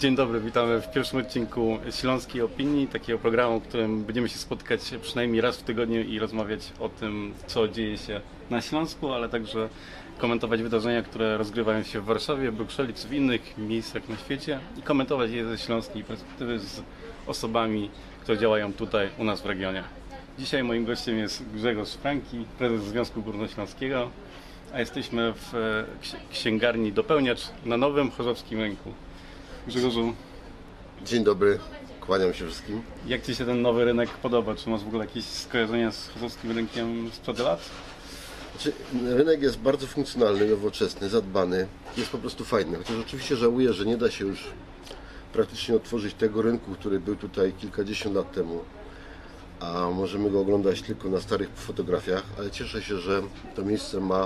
Dzień dobry, witamy w pierwszym odcinku Śląskiej Opinii, takiego programu, w którym będziemy się spotykać przynajmniej raz w tygodniu i rozmawiać o tym, co dzieje się na Śląsku, ale także komentować wydarzenia, które rozgrywają się w Warszawie, Brukseli czy w innych miejscach na świecie i komentować je ze śląskiej perspektywy z osobami, które działają tutaj u nas w regionie. Dzisiaj moim gościem jest Grzegorz Franki, prezes Związku Górnośląskiego, a jesteśmy w księgarni Dopełniacz na Nowym Chorzowskim Rynku. Grzegorzu, dzień dobry, kłaniam się wszystkim. jak Ci się ten nowy rynek podoba? Czy masz w ogóle jakieś skojarzenia z chorzowskim rynkiem sprzed lat? Znaczy, rynek jest bardzo funkcjonalny, nowoczesny, zadbany, jest po prostu fajny. Chociaż oczywiście żałuję, że nie da się już praktycznie otworzyć tego rynku, który był tutaj kilkadziesiąt lat temu, a możemy go oglądać tylko na starych fotografiach, ale cieszę się, że to miejsce ma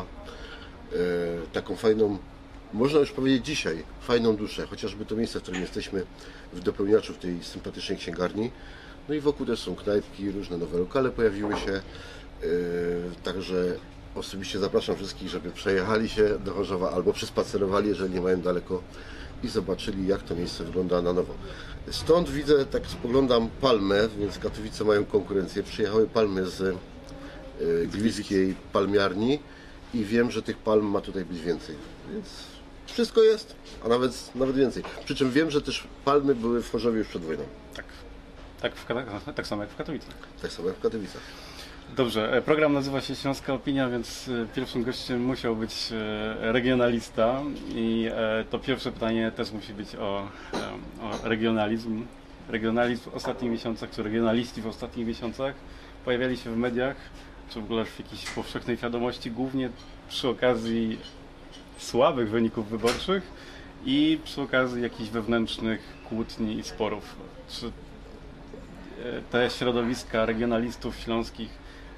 taką fajną, można już powiedzieć dzisiaj, fajną duszę, chociażby to miejsce, w którym jesteśmy w Dopełniaczu, w tej sympatycznej księgarni. No i wokół też są knajpki, różne nowe lokale pojawiły się, także osobiście zapraszam wszystkich, żeby przejechali się do Chorzowa albo przespacerowali, jeżeli nie mają daleko i zobaczyli, jak to miejsce wygląda na nowo. Stąd widzę, tak spoglądam, palmę, więc Katowice mają konkurencję. Przyjechały palmy z gliwickiej palmiarni i wiem, że tych palm ma tutaj być więcej. Więc wszystko jest, a nawet więcej. Przy czym wiem, że też palmy były w Chorzowie już przed wojną. Tak samo jak w Katowicach. Tak samo jak w Katowicach. Dobrze, program nazywa się Śląska Opinia, więc pierwszym gościem musiał być regionalista i to pierwsze pytanie też musi być o regionalizm. Regionalizm w ostatnich miesiącach, czy regionaliści w ostatnich miesiącach pojawiali się w mediach, czy w ogóle w jakiejś powszechnej świadomości, głównie przy okazji słabych wyników wyborczych i przy okazji jakichś wewnętrznych kłótni i sporów. Czy te środowiska regionalistów śląskich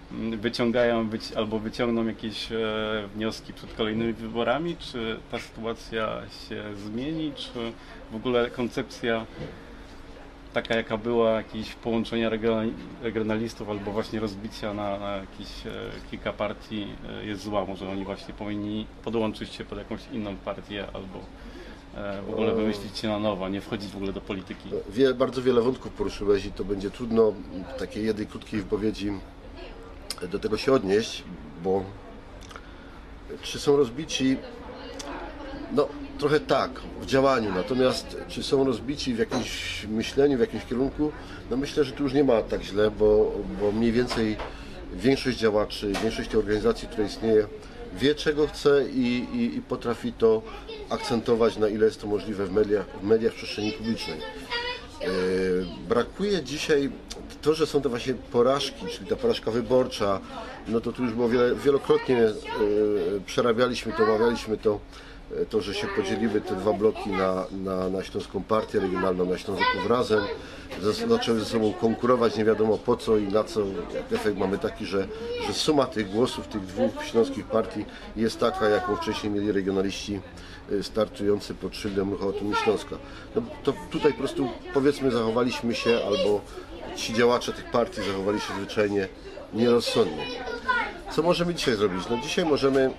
albo wyciągną jakieś wnioski przed kolejnymi wyborami? Czy ta sytuacja się zmieni? Czy w ogóle koncepcja taka, jaka była, jakieś połączenia regionalistów albo właśnie rozbicia na jakieś kilka partii jest zła? Może oni właśnie powinni podłączyć się pod jakąś inną partię albo w ogóle wymyślić się na nowo, nie wchodzić w ogóle do polityki? Bardzo wiele wątków poruszyłeś i to będzie trudno w takiej jednej krótkiej wypowiedzi do tego się odnieść, bo czy są rozbici? No, trochę tak, w działaniu, natomiast czy są rozbici w jakimś myśleniu, w jakimś kierunku? No myślę, że tu już nie ma tak źle, bo mniej więcej większość działaczy, większość tej organizacji, która istnieje, wie, czego chce i potrafi to akcentować, na ile jest to możliwe w mediach, w przestrzeni publicznej. Brakuje dzisiaj to, że są to właśnie porażki, czyli ta porażka wyborcza, no to tu już było wielokrotnie przerabialiśmy to, omawialiśmy to, że się podzieliły te dwa bloki na Śląską Partię Regionalną, na Ślązaków Razem, zaczęły ze sobą konkurować nie wiadomo po co i na co. Efekt mamy taki, że suma tych głosów tych dwóch śląskich partii jest taka, jaką wcześniej mieli regionaliści startujący pod szyldem Ruchu Autonomii Śląska. No, to tutaj po prostu, powiedzmy, zachowaliśmy się, albo ci działacze tych partii zachowali się zwyczajnie nierozsądnie. Co możemy dzisiaj zrobić? No dzisiaj możemy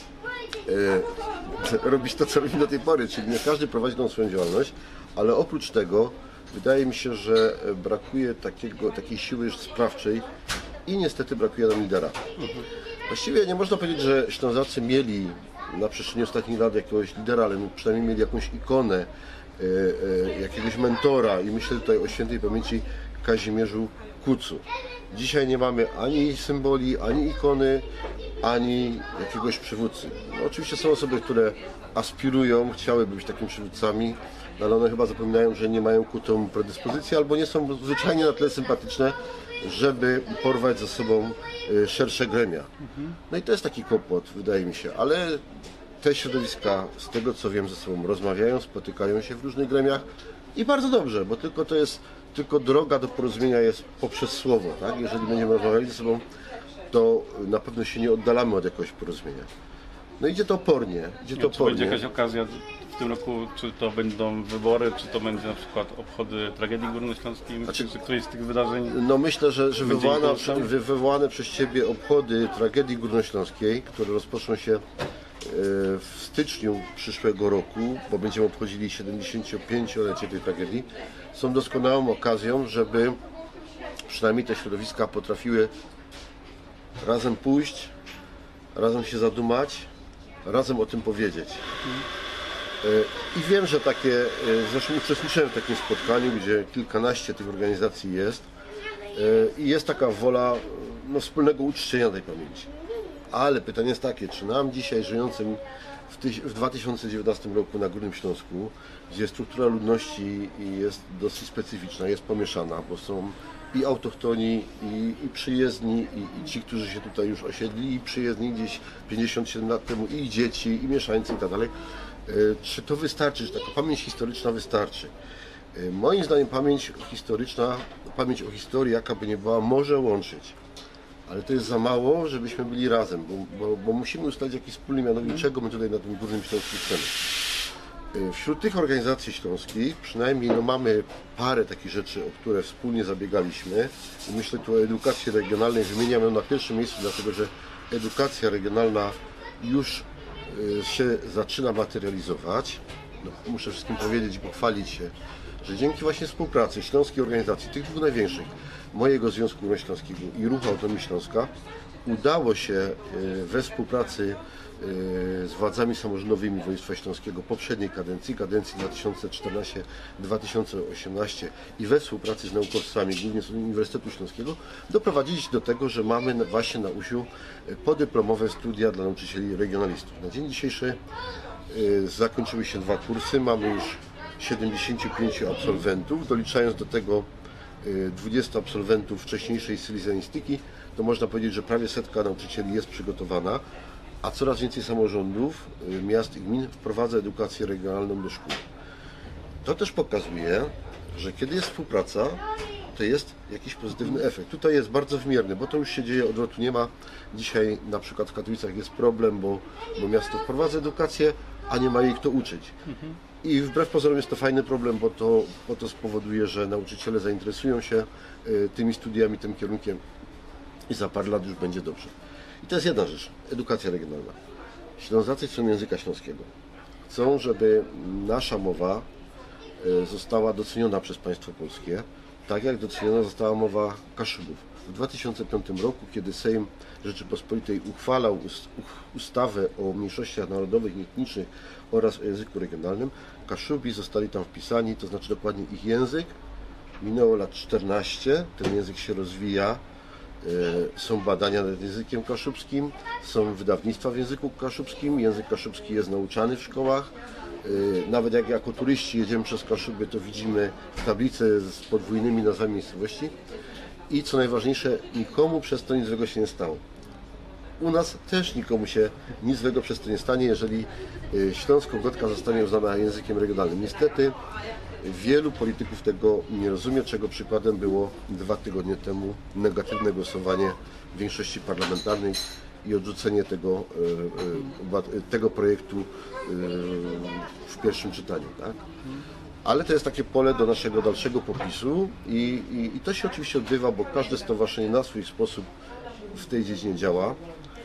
robić to, co robimy do tej pory, czyli nie każdy prowadzi tą swoją działalność, ale oprócz tego wydaje mi się, że brakuje takiej siły sprawczej i niestety brakuje nam lidera. Właściwie nie można powiedzieć, że Ślązacy mieli na przestrzeni ostatnich lat jakiegoś lidera, ale przynajmniej mieli jakąś ikonę, jakiegoś mentora i myślę tutaj o świętej pamięci Kazimierzu Kucu. Dzisiaj nie mamy ani symboli, ani ikony, ani jakiegoś przywódcy. No, oczywiście są osoby, które aspirują, chciałyby być takimi przywódcami, ale one chyba zapominają, że nie mają ku temu predyspozycji albo nie są zwyczajnie na tyle sympatyczne, żeby porwać ze sobą szersze gremia. No i to jest taki kłopot, wydaje mi się, ale te środowiska, z tego co wiem, ze sobą rozmawiają, spotykają się w różnych gremiach i bardzo dobrze, bo tylko droga do porozumienia jest poprzez słowo, tak? Jeżeli będziemy rozmawiali ze sobą, to na pewno się nie oddalamy od jakiegoś porozumienia. No idzie to opornie. Czy będzie jakaś okazja w tym roku, czy to będą wybory, czy to będzie na przykład obchody tragedii górnośląskiej, czy któreś z tych wydarzeń? No myślę, że wywołane przez Ciebie obchody tragedii górnośląskiej, które rozpoczną się w styczniu przyszłego roku, bo będziemy obchodzili 75-lecie tej tragedii, są doskonałą okazją, żeby przynajmniej te środowiska potrafiły razem pójść, razem się zadumać, razem o tym powiedzieć. I wiem, że takie, zresztą uczestniczyłem w takim spotkaniu, gdzie kilkanaście tych organizacji jest i jest taka wola wspólnego uczczenia tej pamięci. Ale pytanie jest takie, czy nam dzisiaj żyjącym w 2019 roku na Górnym Śląsku, gdzie struktura ludności jest dosyć specyficzna, jest pomieszana, bo są i autochtoni, i przyjezdni, i ci, którzy się tutaj już osiedli, i przyjezdni gdzieś 57 lat temu, i dzieci, i mieszańcy i tak dalej. Czy to wystarczy, czy taka pamięć historyczna wystarczy? Moim zdaniem pamięć historyczna, pamięć o historii, jaka by nie była, może łączyć. Ale to jest za mało, żebyśmy byli razem, bo musimy ustalić jakiś wspólny mianownik, czego my tutaj na tym Górnym Śląsku chcemy. Wśród tych organizacji śląskich przynajmniej mamy parę takich rzeczy, o które wspólnie zabiegaliśmy. I myślę tu o edukacji regionalnej. Wymieniam ją na pierwszym miejscu, dlatego że edukacja regionalna już się zaczyna materializować. Muszę wszystkim powiedzieć i pochwalić się, że dzięki właśnie współpracy śląskiej organizacji, tych dwóch największych, mojego Związku Górnośląskiego i Ruchu Autonomii Śląska, udało się we współpracy z władzami samorządowymi województwa śląskiego poprzedniej kadencji 2014-2018 i we współpracy z naukowcami, głównie z Uniwersytetu Śląskiego, doprowadzić do tego, że mamy właśnie na UŚ podyplomowe studia dla nauczycieli regionalistów. Na dzień dzisiejszy zakończyły się 2 kursy, mamy już 75 absolwentów, doliczając do tego 20 absolwentów wcześniejszej sylizanistyki, to można powiedzieć, że prawie 100 nauczycieli jest przygotowana, a coraz więcej samorządów, miast i gmin wprowadza edukację regionalną do szkół. To też pokazuje, że kiedy jest współpraca, to jest jakiś pozytywny efekt. Tutaj jest bardzo wymierny, bo to już się dzieje, odwrotu nie ma. Dzisiaj na przykład w Katowicach jest problem, bo miasto wprowadza edukację, a nie ma jej kto uczyć. I wbrew pozorom jest to fajny problem, bo to spowoduje, że nauczyciele zainteresują się tymi studiami, tym kierunkiem i za parę lat już będzie dobrze. I to jest jedna rzecz, edukacja regionalna. Ślązacy chcą języka śląskiego. Chcą, żeby nasza mowa została doceniona przez państwo polskie, tak jak doceniona została mowa Kaszubów. W 2005 roku, kiedy Sejm Rzeczypospolitej uchwalał ustawę o mniejszościach narodowych i etnicznych oraz o języku regionalnym, Kaszubi zostali tam wpisani, to znaczy dokładnie ich język. Minęło lat 14, ten język się rozwija, są badania nad językiem kaszubskim, są wydawnictwa w języku kaszubskim, język kaszubski jest nauczany w szkołach. Nawet jak jako turyści jedziemy przez Kaszuby, to widzimy tablice z podwójnymi nazwami miejscowości. I co najważniejsze, nikomu przez to nic złego się nie stało. U nas też nikomu się nic złego przez to nie stanie, jeżeli śląsko-gotka zostanie uznana językiem regionalnym. Niestety wielu polityków tego nie rozumie, czego przykładem było 2 tygodnie temu negatywne głosowanie większości parlamentarnej i odrzucenie tego projektu w pierwszym czytaniu. Tak? Ale to jest takie pole do naszego dalszego popisu i to się oczywiście odbywa, bo każde stowarzyszenie na swój sposób w tej dziedzinie działa.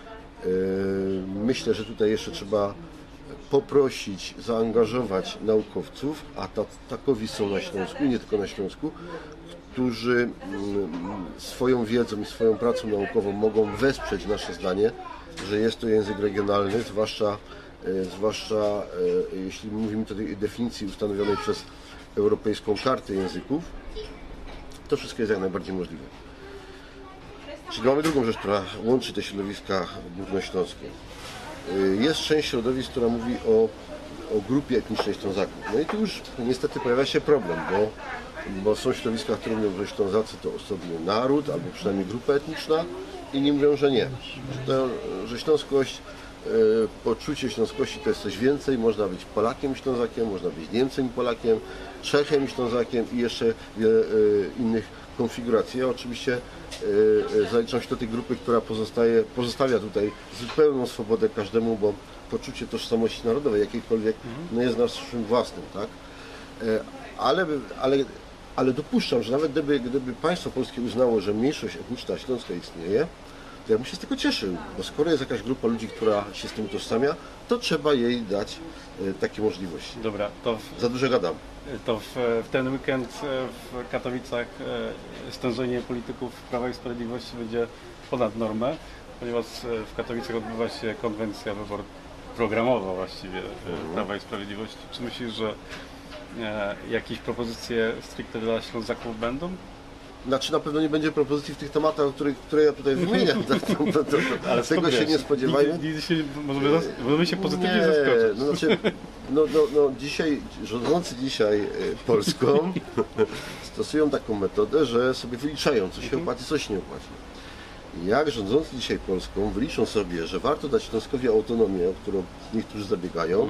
Myślę, że tutaj jeszcze trzeba poprosić, zaangażować naukowców, a takowi są na Śląsku i nie tylko na Śląsku, którzy swoją wiedzą i swoją pracą naukową mogą wesprzeć nasze zdanie, że jest to język regionalny, zwłaszcza jeśli mówimy tutaj o definicji ustanowionej przez Europejską Kartę Języków, to wszystko jest jak najbardziej możliwe. Czyli mamy drugą rzecz, która łączy te środowiska górnośląskie. Jest część środowisk, która mówi o grupie etnicznej Ślązaków. No i tu już niestety pojawia się problem, bo są środowiska, które mówią, że Ślązacy to osobny naród, albo przynajmniej grupa etniczna, inni mówią, że nie. Że śląskość, poczucie śląskości to jest coś więcej, można być Polakiem Ślązakiem, można być Niemcem i Polakiem, Czechem i Ślązakiem i jeszcze wiele innych konfiguracji. Ja oczywiście zaliczam się do tej grupy, która pozostawia tutaj zupełną swobodę każdemu, bo poczucie tożsamości narodowej, jakiejkolwiek, no jest naszym własnym, tak? Ale dopuszczam, że nawet gdyby państwo polskie uznało, że mniejszość etniczna śląska istnieje, to ja bym się z tego cieszył, bo skoro jest jakaś grupa ludzi, która się z tym utożsamia, to trzeba jej dać takie możliwości. Dobra, to Za dużo gadam. w ten weekend w Katowicach stężenie polityków Prawa i Sprawiedliwości będzie ponad normę, ponieważ w Katowicach odbywa się konwencja programowa właściwie Prawa i Sprawiedliwości. Czy myślisz, że jakieś propozycje stricte dla Ślązaków będą? Znaczy na pewno nie będzie propozycji w tych tematach, które ja tutaj wymieniam. Ale tego się nie spodziewajmy. Możemy się pozytywnie Nie, zaskoczyć. no znaczy, dzisiaj, rządzący dzisiaj Polską stosują taką metodę, że sobie wyliczają, co się opłaci, co się nie opłaci. Jak rządzący dzisiaj Polską wyliczą sobie, że warto dać Śląskowi autonomię, o którą niektórzy zabiegają,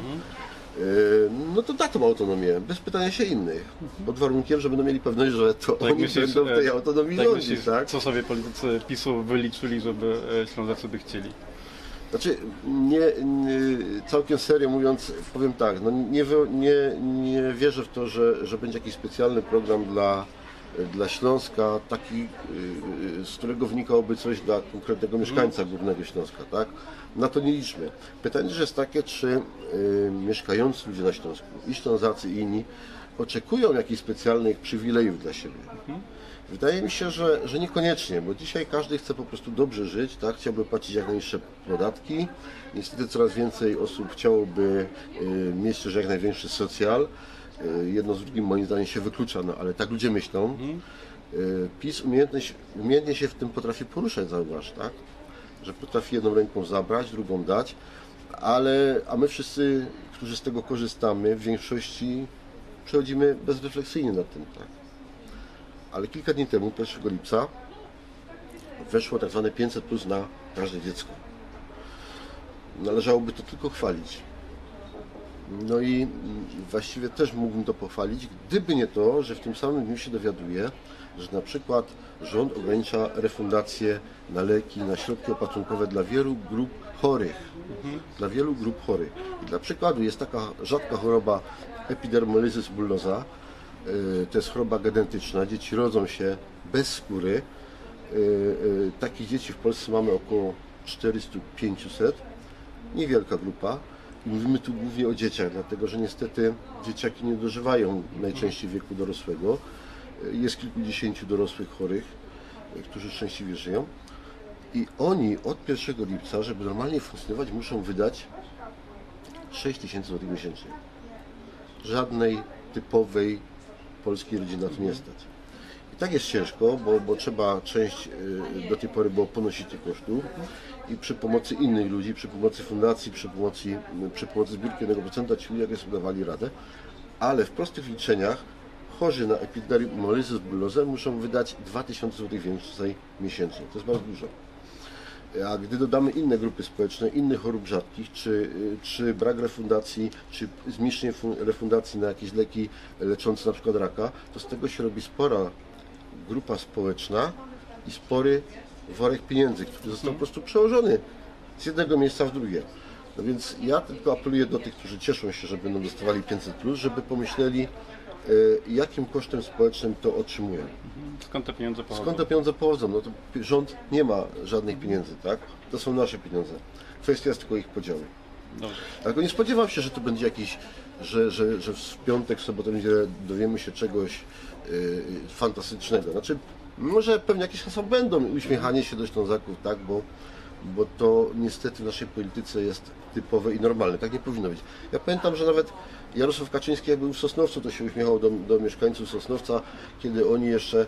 no to da tą autonomię, bez pytania się innych. Pod warunkiem, że będą mieli pewność, że to oni będą w tej autonomii rządzić, tak? Co sobie politycy PiS-u wyliczyli, żeby Ślązacy by chcieli? Znaczy, całkiem serio mówiąc, powiem tak, no nie wierzę w to, że będzie jakiś specjalny program dla Śląska, taki, z którego wynikałoby coś dla konkretnego mieszkańca Górnego Śląska, tak? Na to nie liczmy. Pytanie jest takie, czy mieszkający ludzie na Śląsku, i Ślązacy, i inni, oczekują jakichś specjalnych przywilejów dla siebie. Wydaje mi się, że niekoniecznie, bo dzisiaj każdy chce po prostu dobrze żyć, tak? Chciałby płacić jak najniższe podatki. Niestety coraz więcej osób chciałoby mieć też jak największy socjal. Jedno z drugim moim zdaniem się wyklucza, no ale tak ludzie myślą. PiS umiejętnie się w tym potrafi poruszać, zauważ, tak? Że potrafi jedną ręką zabrać, drugą dać, a my wszyscy, którzy z tego korzystamy, w większości przechodzimy bezrefleksyjnie nad tym, tak? Ale kilka dni temu, 1 lipca, weszło tak zwane 500+ na każde dziecko. Należałoby to tylko chwalić. No i właściwie też mógłbym to pochwalić, gdyby nie to, że w tym samym dniu się dowiaduję, że na przykład rząd ogranicza refundację na leki, na środki opatrunkowe dla wielu grup chorych. Dla wielu grup chorych. I dla przykładu jest taka rzadka choroba epidermolysis bullosa. To jest choroba genetyczna. Dzieci rodzą się bez skóry. Takich dzieci w Polsce mamy około 400-500. Niewielka grupa. I mówimy tu głównie o dzieciach, dlatego że niestety dzieciaki nie dożywają najczęściej wieku dorosłego. Jest kilkudziesięciu dorosłych chorych, którzy szczęśliwie żyją. I oni od 1 lipca, żeby normalnie funkcjonować, muszą wydać 6 000 zł miesięcznie. Żadnej typowej polskiej rodziny na to nie stać. I tak jest ciężko, bo trzeba część do tej pory było ponosić tych kosztów i przy pomocy innych ludzi, przy pomocy fundacji, przy pomocy zbiórki 1% ci ludzie jakoś sobie dawali radę, ale w prostych liczeniach chorzy na epidermolysis bullosa muszą wydać 2000 zł więcej miesięcznie. To jest bardzo dużo. A gdy dodamy inne grupy społeczne, innych chorób rzadkich, czy brak refundacji, czy zmniejszenie refundacji na jakieś leki leczące na przykład raka, to z tego się robi spora grupa społeczna i spory worek pieniędzy, który został po prostu przełożony z jednego miejsca w drugie. No więc ja tylko apeluję do tych, którzy cieszą się, że będą dostawali 500+, żeby pomyśleli, jakim kosztem społecznym to otrzymują. Skąd te pieniądze pochodzą? Skąd te pieniądze pochodzą? No to rząd nie ma żadnych pieniędzy, tak? To są nasze pieniądze. Kwestia jest tylko ich podziału. Dobrze. Tylko nie spodziewam się, że to będzie jakiś, że w piątek, w sobotę, niedzielę dowiemy się czegoś fantastycznego. Znaczy, może pewnie jakieś hasła będą, uśmiechanie się do Ślązaków, tak? Bo to niestety w naszej polityce jest typowe i normalne. Tak nie powinno być. Ja pamiętam, że nawet Jarosław Kaczyński, jak był w Sosnowcu, to się uśmiechał do mieszkańców Sosnowca, kiedy oni jeszcze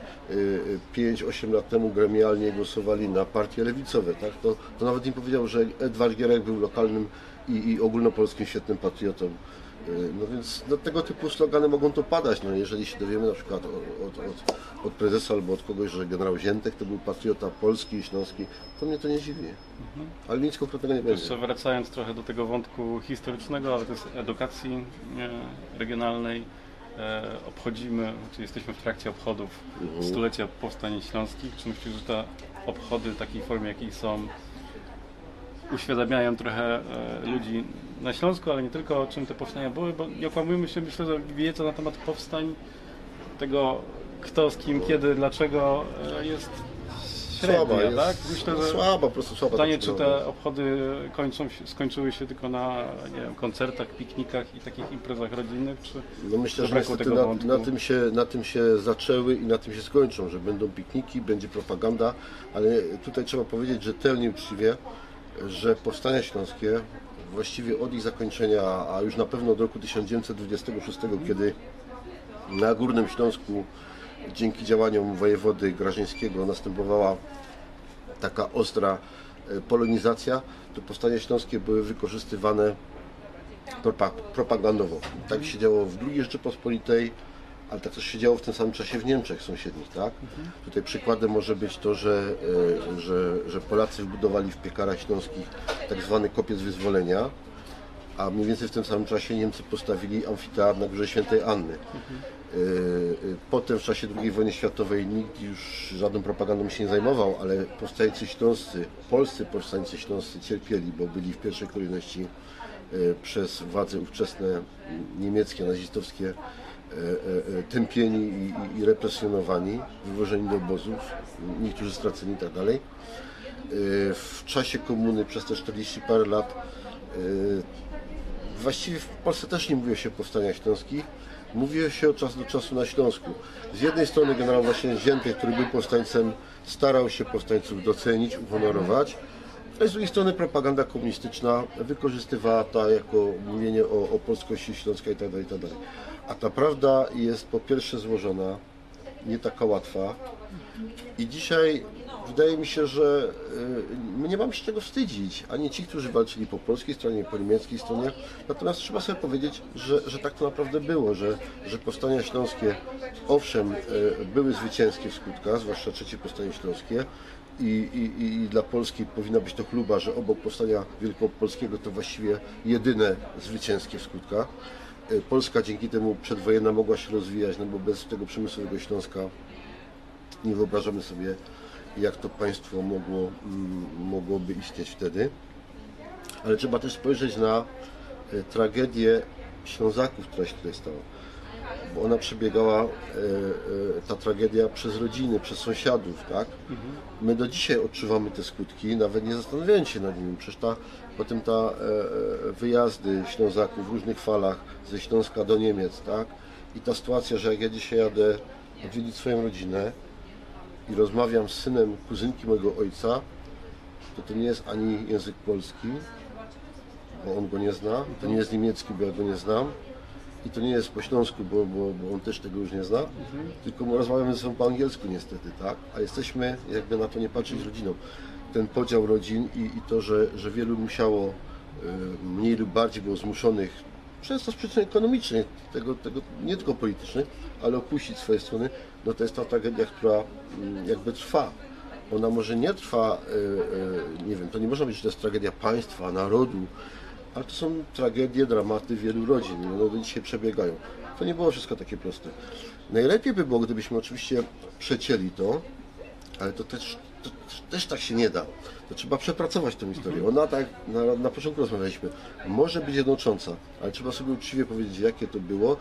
5-8 lat temu gremialnie głosowali na partie lewicowe. Tak? To nawet im powiedział, że Edward Gierek był lokalnym i ogólnopolskim świetnym patriotą. No więc tego typu slogany mogą to padać. No, jeżeli się dowiemy na przykład od prezesa albo od kogoś, że generał Ziętek to był patriota polski i śląski, to mnie to nie dziwi. Ale nic konkretnego nie będzie. Jeszcze wracając trochę do tego wątku historycznego, ale też edukacji regionalnej, obchodzimy, czy jesteśmy w trakcie obchodów stulecia powstań śląskich. Czy myślisz, że te obchody w takiej formie, jakiej są, uświadamiają trochę ludzi na Śląsku, ale nie tylko, o czym te powstania były, bo nie okłamujmy się, myślę, że wiedza na temat powstań, tego kto, z kim, kiedy, dlaczego jest średnia, tak? Myślę, że słaba, po prostu słaba. pytanie, ta czy przygoda. te obchody skończyły się tylko na, nie wiem, koncertach, piknikach i takich imprezach rodzinnych, czy No myślę, że zabrakło niestety tego wątku? na tym się zaczęły i na tym się skończą, że będą pikniki, będzie propaganda, ale tutaj trzeba powiedzieć rzetelnie, uczciwie, że powstania śląskie właściwie od ich zakończenia, a już na pewno od roku 1926, kiedy na Górnym Śląsku dzięki działaniom wojewody Grażyńskiego następowała taka ostra polonizacja, to powstania śląskie były wykorzystywane propagandowo. Tak się działo w II Rzeczypospolitej, ale tak też się działo w tym samym czasie w Niemczech sąsiednich, tak? Tutaj przykładem może być to, że Polacy wybudowali w Piekarach Śląskich tak zwany kopiec wyzwolenia, a mniej więcej w tym samym czasie Niemcy postawili amfiteatr na Górze Świętej Anny. Potem w czasie II wojny światowej nikt już żadną propagandą się nie zajmował, ale powstańcy śląscy, polscy powstańcy śląscy cierpieli, bo byli w pierwszej kolejności przez władze ówczesne niemieckie, nazistowskie tępieni i represjonowani, wywożeni do obozów, niektórzy straceni i tak dalej. W czasie komuny przez te 40 parę lat właściwie w Polsce też nie mówiło się o powstaniach śląskich, mówiło się od czasu do czasu na Śląsku. Z jednej strony generał właśnie Ziętek, który był powstańcem, starał się powstańców docenić, uhonorować, a z drugiej strony propaganda komunistyczna wykorzystywała to jako mówienie o polskości śląskiej itd., itd. A ta prawda jest po pierwsze złożona, nie taka łatwa i dzisiaj wydaje mi się, że my nie mamy się czego wstydzić, ani ci, którzy walczyli po polskiej stronie, po niemieckiej stronie, natomiast trzeba sobie powiedzieć, że tak to naprawdę było, że powstania śląskie owszem były zwycięskie w skutkach, zwłaszcza trzecie powstanie śląskie, i dla Polski powinna być to chluba, że obok powstania wielkopolskiego to właściwie jedyne zwycięskie w skutkach. Polska dzięki temu przedwojenna mogła się rozwijać, no bo bez tego przemysłowego Śląska nie wyobrażamy sobie, jak to państwo mogłoby istnieć wtedy. Ale trzeba też spojrzeć na tragedię Ślązaków, która się tutaj stała. Bo ona przebiegała, ta tragedia, przez rodziny, przez sąsiadów, tak? My do dzisiaj odczuwamy te skutki, nawet nie zastanawiając się nad nimi. Przecież potem wyjazdy Ślązaków w różnych falach ze Śląska do Niemiec, tak? I ta sytuacja, że jak ja dzisiaj jadę odwiedzić swoją rodzinę i rozmawiam z synem kuzynki mojego ojca, to nie jest ani język polski, bo on go nie zna, to nie jest niemiecki, bo ja go nie znam, i to nie jest po śląsku, bo on też tego już nie zna, tylko my rozmawiamy ze sobą po angielsku niestety, tak? A jesteśmy, jakby na to nie patrzeć, rodziną. Ten podział rodzin i to, że wielu musiało, mniej lub bardziej było zmuszonych, często z przyczyn ekonomicznych, tego nie tylko politycznych, ale opuścić swoje strony, no to jest ta tragedia, która jakby trwa. Ona może nie trwa, nie wiem, to nie można być, że to jest tragedia państwa, narodu, ale to są tragedie, dramaty wielu rodzin i one do dzisiaj przebiegają. To nie było wszystko takie proste. Najlepiej by było, gdybyśmy oczywiście przecięli to, ale to też tak się nie da. To trzeba przepracować tę historię. Ona, tak na początku rozmawialiśmy, może być jednocząca, ale trzeba sobie uczciwie powiedzieć, jakie to było.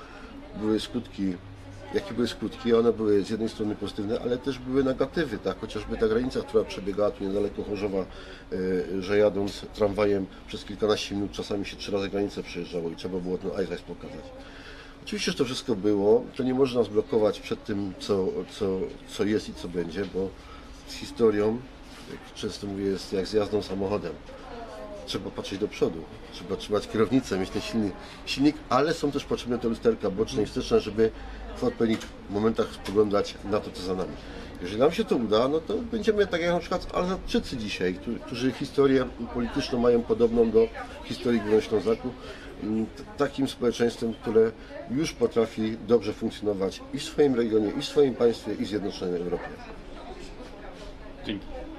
Jakie były skutki, one były z jednej strony pozytywne, ale też były negatywy, tak? Chociażby ta granica, która przebiegała tu niedaleko Chorzowa, że jadąc tramwajem przez kilkanaście minut czasami się 3 razy granicę przejeżdżało i trzeba było ten iRace pokazać. Oczywiście, że to wszystko było, to nie może nas blokować przed tym, co jest i co będzie, bo z historią, jak często mówię, jest jak z jazdą samochodem. Trzeba patrzeć do przodu, trzeba trzymać kierownicę, mieć ten silny silnik, ale są też potrzebne te lusterka boczne i wsteczne, żeby w odpowiednich momentach spoglądać na to, co za nami. Jeżeli nam się to uda, no to będziemy tak jak na przykład Alzatczycy dzisiaj, którzy historię polityczną mają podobną do historii Górnoślązaków, takim społeczeństwem, które już potrafi dobrze funkcjonować i w swoim regionie, i w swoim państwie, i w Zjednoczonej Europie. Dzięki.